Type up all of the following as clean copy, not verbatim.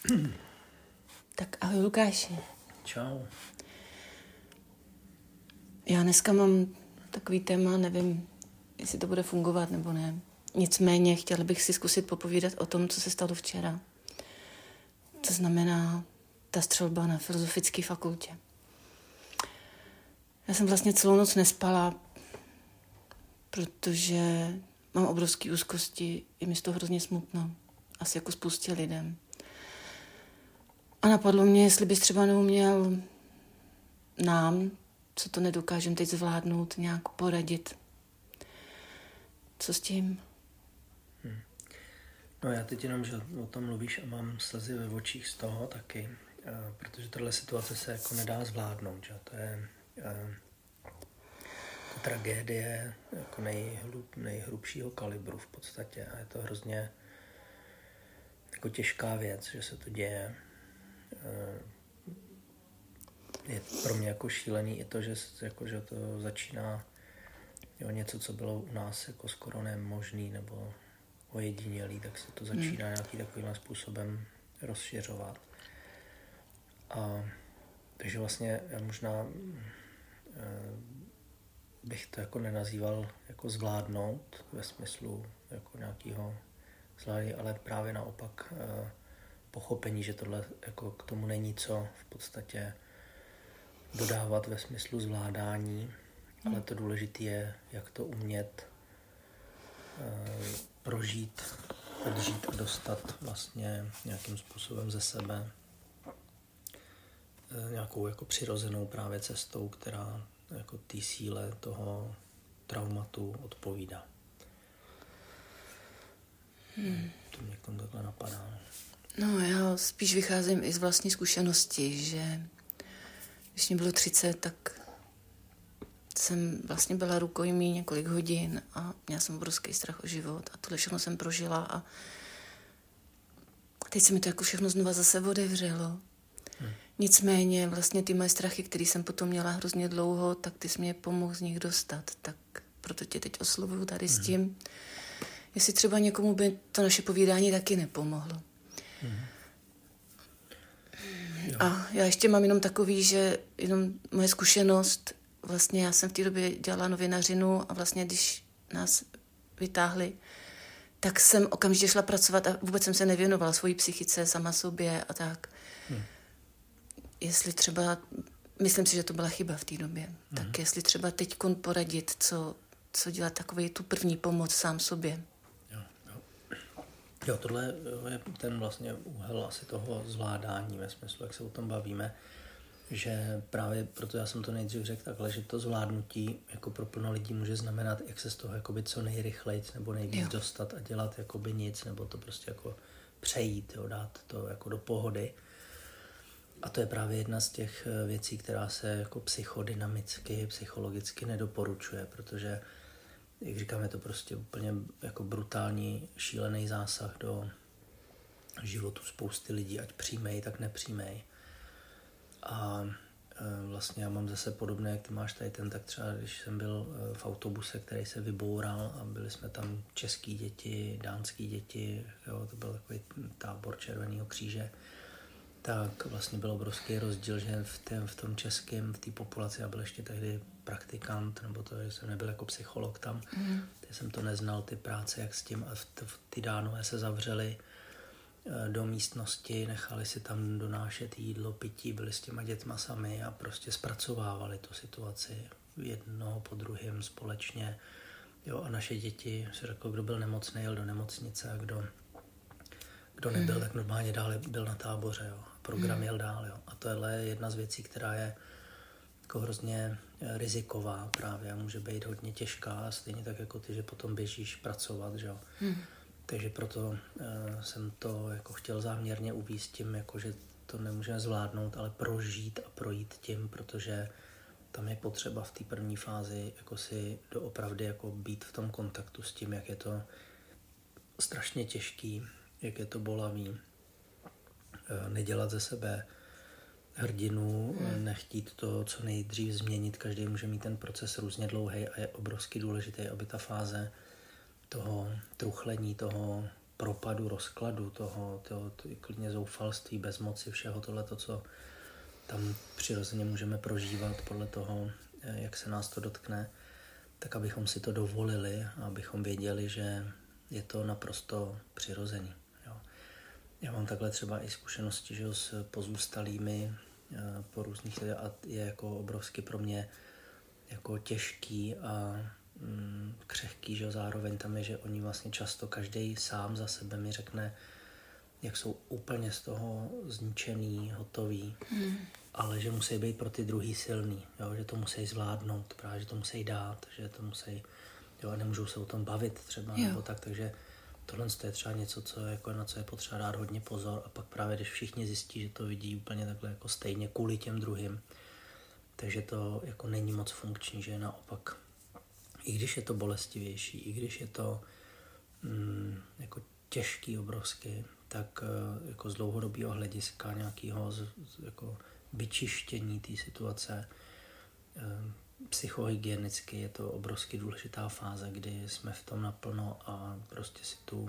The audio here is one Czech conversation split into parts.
Tak ahoj Lukáši. Čau. Já dneska mám takový téma, nevím, jestli to bude fungovat nebo ne. Nicméně chtěla bych si zkusit popovídat o tom, co se stalo včera. To znamená ta střelba na Filozofické fakultě. Já jsem vlastně celou noc nespala, protože mám obrovské úzkosti, je mi z toho hrozně smutno. Asi jako spoustě lidem. A napadlo mě, jestli bys třeba neuměl nám, co to nedokážem teď zvládnout, nějak poradit. Co s tím? No já teď jenom, že o tom mluvíš a mám slzy ve očích z toho taky, protože tahle situace se jako nedá zvládnout, že? To je to tragédie jako nejhrubšího kalibru v podstatě a je to hrozně jako těžká věc, že se to děje. Je pro mě jako šílený i to, že to začíná něco, co bylo u nás jako skoro nemožný nebo ojedinělý, tak se to začíná nějakým takovým způsobem rozšiřovat. Takže vlastně já možná bych to jako nenazýval jako zvládnout ve smyslu jako nějakého zvládání, ale právě naopak pochopení, že tohle jako k tomu není co v podstatě dodávat ve smyslu zvládání, ale to důležité je, jak to umět prožít, odžít a dostat vlastně nějakým způsobem ze sebe nějakou jako přirozenou právě cestou, která jako té síle toho traumatu odpovídá. To mě k tomu takhle napadá. No já spíš vycházím i z vlastní zkušenosti, že když mě bylo 30, tak jsem vlastně byla rukojmí několik hodin a měla jsem obrovský strach o život a tohle všechno jsem prožila a teď se mi to jako všechno znova zase otevřelo. Nicméně vlastně ty moje strachy, které jsem potom měla hrozně dlouho, tak ty jsi mě pomohl z nich dostat. Tak proto tě teď oslovuju tady s tím, jestli třeba někomu by to naše povídání taky nepomohlo. A já ještě mám jenom takový, že jenom moje zkušenost, vlastně já jsem v té době dělala novinařinu a vlastně když nás vytáhli, tak jsem okamžitě šla pracovat a vůbec jsem se nevěnovala svojí psychice, sama sobě a tak. Jestli třeba, myslím si, že to byla chyba v té době, tak jestli třeba teďkon poradit, co dělat takovej tu první pomoc sám sobě. Jo, tohle je ten vlastně úhel asi toho zvládání ve smyslu, jak se o tom bavíme, že právě proto já jsem to nejdřív řekl takhle, že to zvládnutí jako pro plno lidí může znamenat, jak se z toho jakoby co nejrychlejc nebo nejvíc dostat a dělat jakoby nic, nebo to prostě jako přejít, dát to jako do pohody. A to je právě jedna z těch věcí, která se jako psychodynamicky, psychologicky nedoporučuje, protože, jak říkám, je to prostě úplně jako brutální, šílený zásah do životu spousty lidí, ať přijmej, tak nepřijmej. A vlastně já mám zase podobné, jak ty máš tady ten, tak třeba když jsem byl v autobuse, který se vyboural a byli jsme tam český děti, dánský děti, jo, to byl takový tábor Červeného kříže, tak vlastně byl obrovský rozdíl, že v tom českém, v té populaci, já byl ještě tehdy praktikant, nebo to, že jsem nebyl jako psycholog tam, takže jsem to neznal, ty práce, jak s tím, a ty Dánové se zavřeli do místnosti, nechali si tam donášet jídlo, pití, byli s těma dětma sami a prostě zpracovávali tu situaci jednoho po druhém společně. Jo, a naše děti, si řekl, kdo byl nemocný, jel do nemocnice a kdo nebyl, tak normálně dál byl na táboře. Jo. Program jel dál. Jo. A tohle je jedna z věcí, která je jako hrozně riziková právě a může být hodně těžká, stejně tak jako ty, že potom běžíš pracovat. Že jo. Takže proto jsem to jako chtěl záměrně uvést tím, jako, že to nemůžeme zvládnout, ale prožít a projít tím, protože tam je potřeba v té první fázi jako si doopravdy jako být v tom kontaktu s tím, jak je to strašně těžký, jak je to bolavý, nedělat ze sebe hrdinu, nechtít to co nejdřív změnit, každý může mít ten proces různě dlouhý a je obrovsky důležitý, aby ta fáze toho truchlení, toho propadu, rozkladu, toho klidně zoufalství, bezmoci, všeho tohleto, co tam přirozeně můžeme prožívat podle toho, jak se nás to dotkne, tak abychom si to dovolili a abychom věděli, že je to naprosto přirozený. Jo. Já mám takhle třeba i zkušenosti, že s pozůstalými po různých lidech a je jako obrovsky pro mě jako těžký a křehký, že zároveň tam je, že oni vlastně často každý sám za sebe mi řekne, jak jsou úplně z toho zničený, hotový, ale že musí být pro ty druhý silný, jo, že to musí zvládnout, právě, že to musí dát, že to musí, jo, a nemůžou se o tom bavit třeba, nebo tak, takže tohle je třeba něco, co jako, na co je potřeba dát hodně pozor a pak právě, když všichni zjistí, že to vidí úplně takhle jako stejně kvůli těm druhým, takže to jako není moc funkční, že naopak, i když je to bolestivější, i když je to jako těžký obrovsky, tak jako z dlouhodobého hlediska nějakého jako vyčištění té situace psychohygienicky je to obrovsky důležitá fáze, kdy jsme v tom naplno a prostě si tu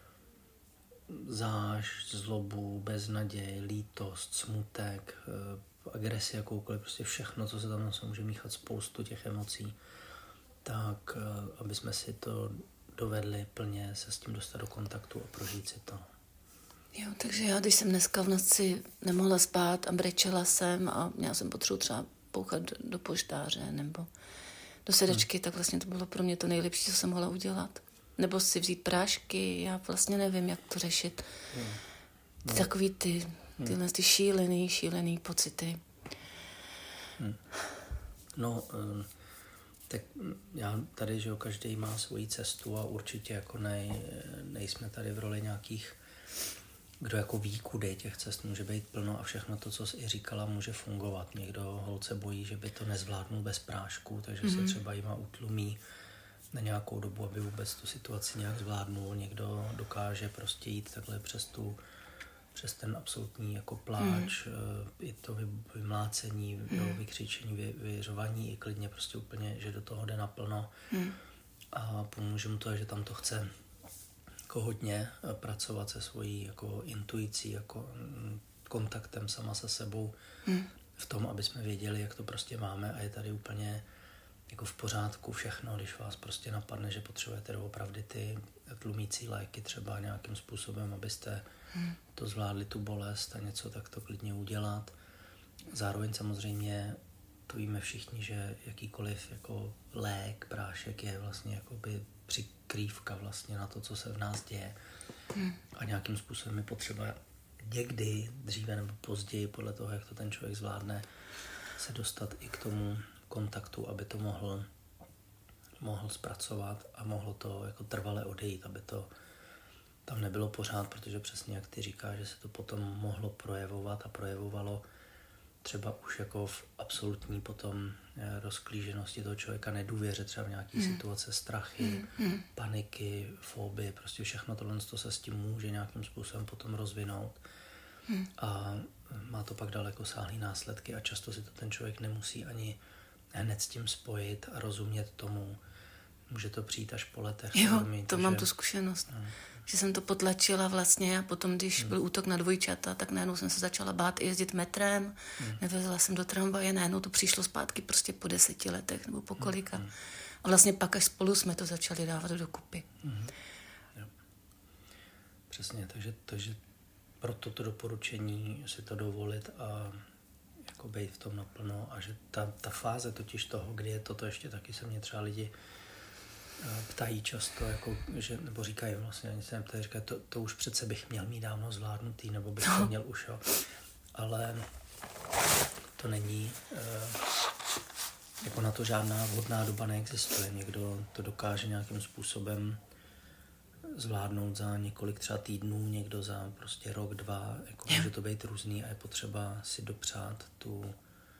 zášť, zlobu, beznaděj, lítost, smutek, agresi jakoukoliv, prostě všechno, co se tam může míchat, spoustu těch emocí, tak aby jsme si to dovedli plně se s tím dostat do kontaktu a prožít si to. Jo, takže já, když jsem dneska v noci nemohla spát a brečela jsem a měla jsem potřebu třeba pouchat do poštáře nebo do sedačky, tak vlastně to bylo pro mě to nejlepší, co jsem mohla udělat. Nebo si vzít prášky, já vlastně nevím, jak to řešit. Takový tyhle šílený pocity. No, tak já tady, že každý má svoji cestu a určitě jako nejsme tady v roli nějakých, kdo jako ví, kudy těch cest může být plno a všechno to, co jsi i říkala, může fungovat. Někdo holce bojí, že by to nezvládnul bez prášku, takže se třeba jima utlumí na nějakou dobu, aby vůbec tu situaci nějak zvládnul. Někdo dokáže prostě jít takhle přes ten absolutní jako pláč, i to vymlácení, vykřičení, vyřování, i klidně prostě úplně, že do toho jde naplno. A pomůže mu to, že tam to chce jako hodně pracovat se svojí jako intuicí, jako kontaktem sama se sebou v tom, aby jsme věděli, jak to prostě máme a je tady úplně jako v pořádku všechno, když vás prostě napadne, že potřebujete doopravdy ty tlumící léky třeba nějakým způsobem, abyste to zvládli, tu bolest a něco, tak to klidně udělat. Zároveň samozřejmě to víme všichni, že jakýkoliv jako lék, prášek je vlastně jakoby přikrývka vlastně na to, co se v nás děje. A nějakým způsobem je potřeba někdy, dříve nebo později, podle toho, jak to ten člověk zvládne, se dostat i k tomu kontaktu, aby to mohl zpracovat a mohlo to jako trvale odejít, aby to tam nebylo pořád, protože přesně jak ty říkáš, že se to potom mohlo projevovat a projevovalo třeba už jako v absolutní potom rozklíženosti toho člověka, nedůvěře třeba v nějaký situace, strachy, paniky, fobie, prostě všechno tohle se s tím může nějakým způsobem potom rozvinout a má to pak dalekosáhlý následky a často si to ten člověk nemusí ani hned s tím spojit a rozumět tomu. Může to přijít až po letech. Jo, to mám tu zkušenost. Že jsem to potlačila vlastně a potom, když byl útok na dvojčata, tak najednou jsem se začala bát jezdit metrem, nevezla jsem do tramvaje, najednou to přišlo zpátky prostě po 10 letech nebo po kolika. A vlastně pak až spolu jsme to začali dávat dokupy. Jo. Přesně, takže proto to doporučení si to dovolit a jako být v tom naplno a že ta fáze totiž toho, kdy je toto ještě taky se mě třeba lidi ptají často, jako, že, nebo říkají vlastně, ani se neptají, říkají, to už přece bych měl mít dávno zvládnutý, nebo bych to měl už, jo. Ale to není, jako na to žádná vhodná doba neexistuje. Někdo to dokáže nějakým způsobem zvládnout za několik třeba týdnů, někdo za prostě rok, 2, jako může to být různý a je potřeba si dopřát tu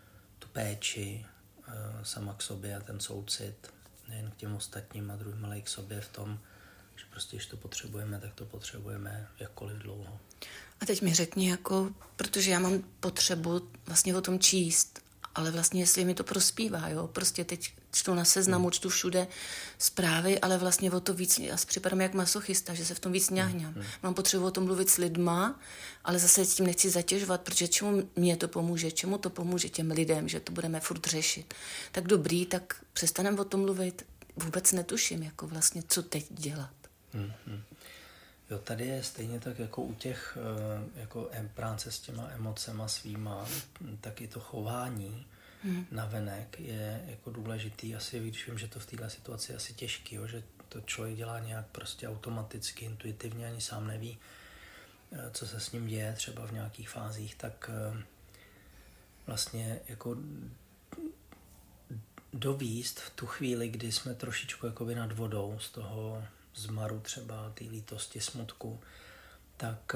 péči sama k sobě a ten soucit nejen k těm ostatním a druhým, ale i k sobě v tom, že prostě, když to potřebujeme, tak to potřebujeme jakkoliv dlouho. A teď mi řekni, jako, protože já mám potřebu vlastně o tom číst ale vlastně jestli mi to prospívá, jo, prostě teď čtu na Seznamu, čtu všude zprávy, ale vlastně o to víc, já si připadám jak masochista, že se v tom víc ňahňám. Mám potřebu o tom mluvit s lidma, ale zase s tím nechci zatěžovat, protože čemu mě to pomůže, čemu to pomůže těm lidem, že to budeme furt řešit. Tak dobrý, tak přestanem o tom mluvit, vůbec netuším, jako vlastně, co teď dělat. Jo, tady je stejně tak jako u těch jako práce s těma emocema svýma, tak i to chování navenek je jako důležitý. Asi když vím, že to v této situaci je asi těžký, jo, že to člověk dělá nějak prostě automaticky, intuitivně, ani sám neví, co se s ním děje třeba v nějakých fázích, tak vlastně jako dovíst v tu chvíli, kdy jsme trošičku jakoby nad vodou z toho zmaru třeba, té lítosti, smutku, tak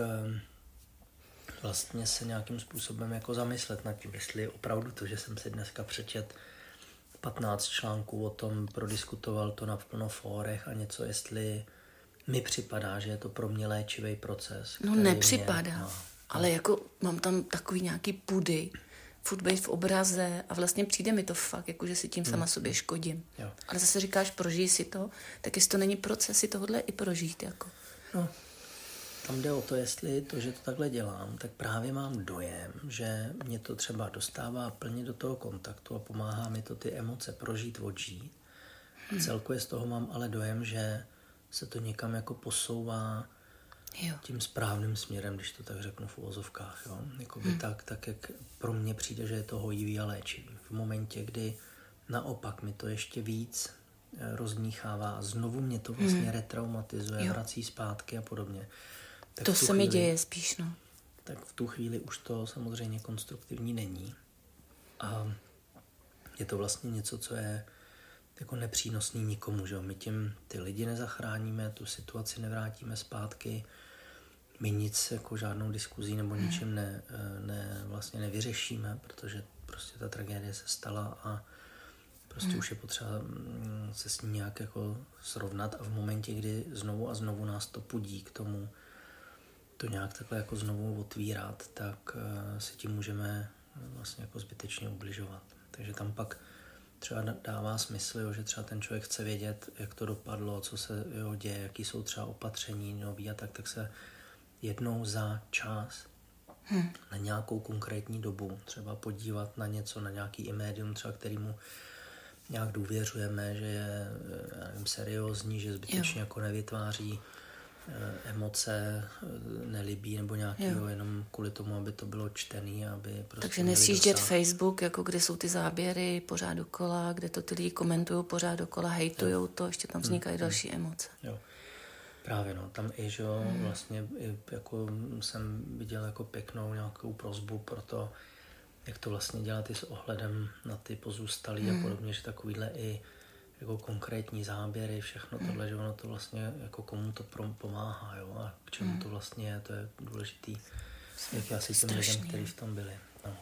vlastně se nějakým způsobem jako zamyslet nad tím, jestli opravdu to, že jsem si dneska přečet 15 článků o tom, prodiskutoval to na plno fórech a něco, jestli mi připadá, že je to pro mě léčivý proces. No nepřipadá, ale jako mám tam takový nějaký pudy, furt být v obraze a vlastně přijde mi to fakt, jako že si tím sama sobě škodím. Jo. Ale zase říkáš, prožij si to, tak jestli to není proces, si tohle i prožít. Jako. No, tam jde o to, jestli to, že to takhle dělám, tak právě mám dojem, že mě to třeba dostává plně do toho kontaktu a pomáhá mi to ty emoce prožít, odžít. Celkově z toho mám ale dojem, že se to někam jako posouvá tím správným směrem, když to tak řeknu v uvozovkách. Jo? Jakoby tak, jak pro mě přijde, že je to hojivý a léčivý. V momentě, kdy naopak mi to ještě víc rozmíchává a znovu mě to vlastně retraumatizuje, vrací zpátky a podobně. Tak to se mi děje spíš, no. Tak v tu chvíli už to samozřejmě konstruktivní není. A je to vlastně něco, co je jako nepřínosný nikomu, že jo? My tím ty lidi nezachráníme, tu situaci nevrátíme zpátky, my nic jako žádnou diskuzí nebo ničím vlastně nevyřešíme, protože prostě ta tragédie se stala a prostě už je potřeba se s ní nějak jako srovnat a v momentě, kdy znovu a znovu nás to pudí k tomu to nějak takhle jako znovu otvírat, tak si tím můžeme vlastně jako zbytečně ubližovat. Takže tam pak třeba dává smysl, jo, že třeba ten člověk chce vědět, jak to dopadlo, co se děje, jaký jsou třeba opatření nový a tak se jednou za čas na nějakou konkrétní dobu třeba podívat na něco, na nějaký médium třeba, kterému nějak důvěřujeme, že je seriózní, že zbytečně jako nevytváří emoce, nelibí nebo nějakého jenom kvůli tomu, aby to bylo čtený, aby prostě takže nesjíždět Facebook, jako kde jsou ty záběry pořád dokola, kde to ty lidi komentují pořád dokola, hejtujou to, ještě tam vznikají další emoce. Jo. Právě no, tam i, že vlastně jako jsem viděl jako pěknou nějakou prosbu pro to, jak to vlastně dělat i s ohledem na ty pozůstalí a podobně, že takovýhle i jako konkrétní záběry, všechno tohle, že ono to vlastně jako komu to pomáhá, jo, a k čemu to vlastně je, to je důležitý, jak asi těm lidem, kteří v tom byli. No.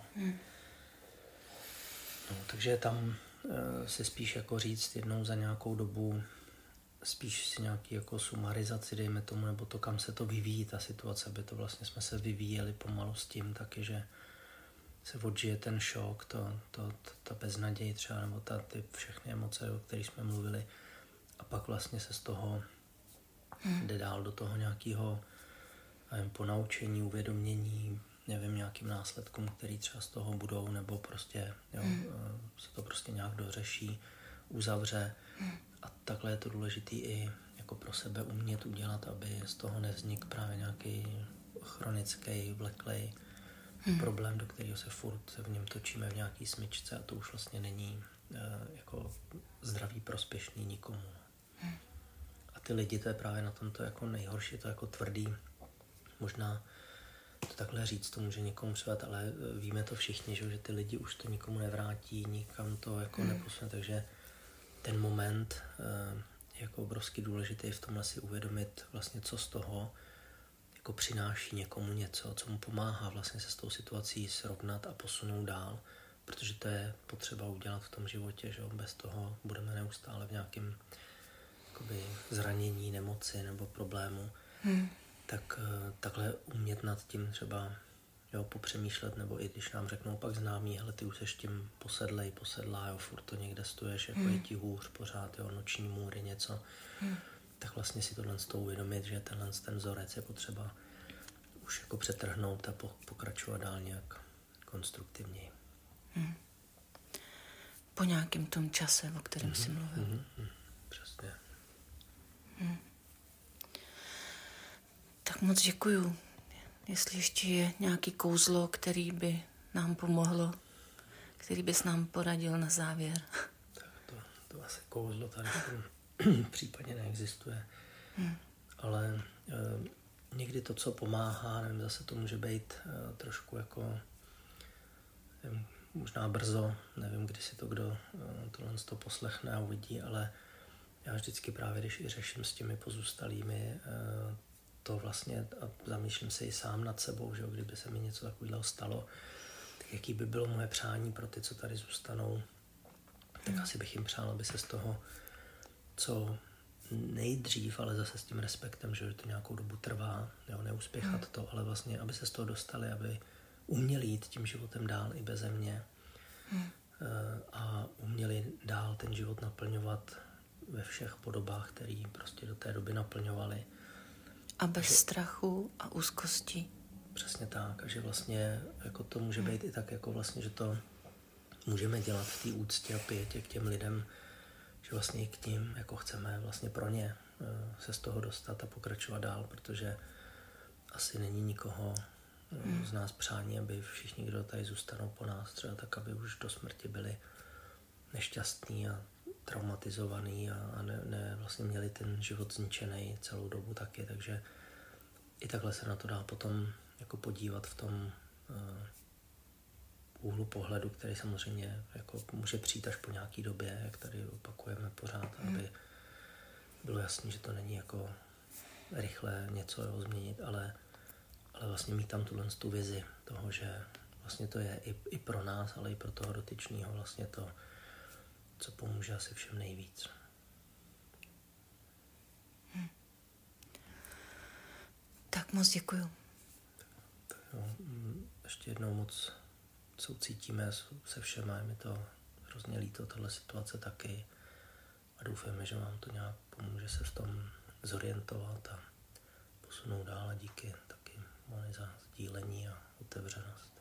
No, takže tam si spíš jako říct jednou za nějakou dobu, spíš si nějaký jako sumarizaci, dejme tomu, nebo to, kam se to vyvíjí, ta situace, aby to vlastně jsme se vyvíjeli pomalu s tím taky, že se odžije ten šok, ta beznaděj třeba, nebo ty všechny emoce, o kterých jsme mluvili. A pak vlastně se z toho jde dál do toho nějakého ponaučení, uvědomění, nevím, nějakým následkům, který třeba z toho budou, nebo prostě se to prostě nějak dořeší, uzavře. A takhle je to důležitý i jako pro sebe umět udělat, aby z toho nevznikl právě nějaký chronický, vleklej problém, do kterého se furt v něm točíme v nějaký smyčce a to už vlastně není jako zdravý, prospěšný nikomu. A ty lidi, to je právě na tom to jako nejhorší, to jako tvrdý. Možná to takhle říct, to může někomu přivat, ale víme to všichni, že ty lidi už to nikomu nevrátí, nikam to jako neposune, takže ten moment je jako obrovský důležitý v tomhle si uvědomit vlastně, co z toho jako přináší někomu něco, co mu pomáhá vlastně se s tou situací srovnat a posunout dál, protože to je potřeba udělat v tom životě, že bez toho budeme neustále v nějakém jakoby zranění, nemoci nebo problému. Tak takhle umět nad tím třeba jo, popřemýšlet, nebo i když nám řeknou pak známí, hele, ty už seš tím posedlá, jo, furt to někde stoješ, jako je ti hůř pořád, jo, noční můry, něco, tak vlastně si tohle z toho uvědomit, že ten vzorec je potřeba už jako přetrhnout a pokračovat dál nějak konstruktivněji. Po nějakém tom čase, o kterém jsi mluvil. Přesně. Tak moc děkuju. Jestli ještě je nějaký kouzlo, který by nám pomohlo, který bys nám poradil na závěr. Tak to asi kouzlo tady v případě neexistuje. Ale někdy to, co pomáhá, nevím, zase to může být trošku jako možná brzo, nevím, kdy si to kdo tohle to poslechne a uvidí, ale já vždycky právě, když i řeším s těmi pozůstalými, to vlastně a zamýšlím se i sám nad sebou, že kdyby se mi něco takového stalo, tak jaký by bylo moje přání pro ty, co tady zůstanou, tak asi bych jim přál, aby se z toho, co nejdřív, ale zase s tím respektem, že to nějakou dobu trvá, jo, neuspěchat to, ale vlastně, aby se z toho dostali, aby uměli jít tím životem dál i beze mě a uměli dál ten život naplňovat ve všech podobách, který prostě do té doby naplňovali. A bez strachu a úzkosti. Přesně tak. A že vlastně jako to může být i tak, jako vlastně, že to můžeme dělat v té úctě a pětě k těm lidem, že vlastně i k ním jako chceme vlastně pro ně se z toho dostat a pokračovat dál, protože asi není nikoho z nás přání, aby všichni, kdo tady zůstanou po nás, třeba tak, aby už do smrti byli nešťastní a traumatizovaný a ne vlastně měli ten život zničený celou dobu taky, takže i takhle se na to dá potom jako podívat v tom úhlu pohledu, který samozřejmě jako může přijít až po nějaký době, jak tady opakujeme pořád, aby bylo jasné, že to není jako rychle něco změnit, ale vlastně mít tam tu vizi toho, že vlastně to je i pro nás, ale i pro toho dotyčného vlastně to, co pomůže asi všem nejvíc. Tak moc děkuju. Tak jo, ještě jednou moc soucítíme se všema, je mi to hrozně líto, tahle situace taky a doufáme, že vám to nějak pomůže se v tom zorientovat a posunout dál a díky taky Moni za sdílení a otevřenost.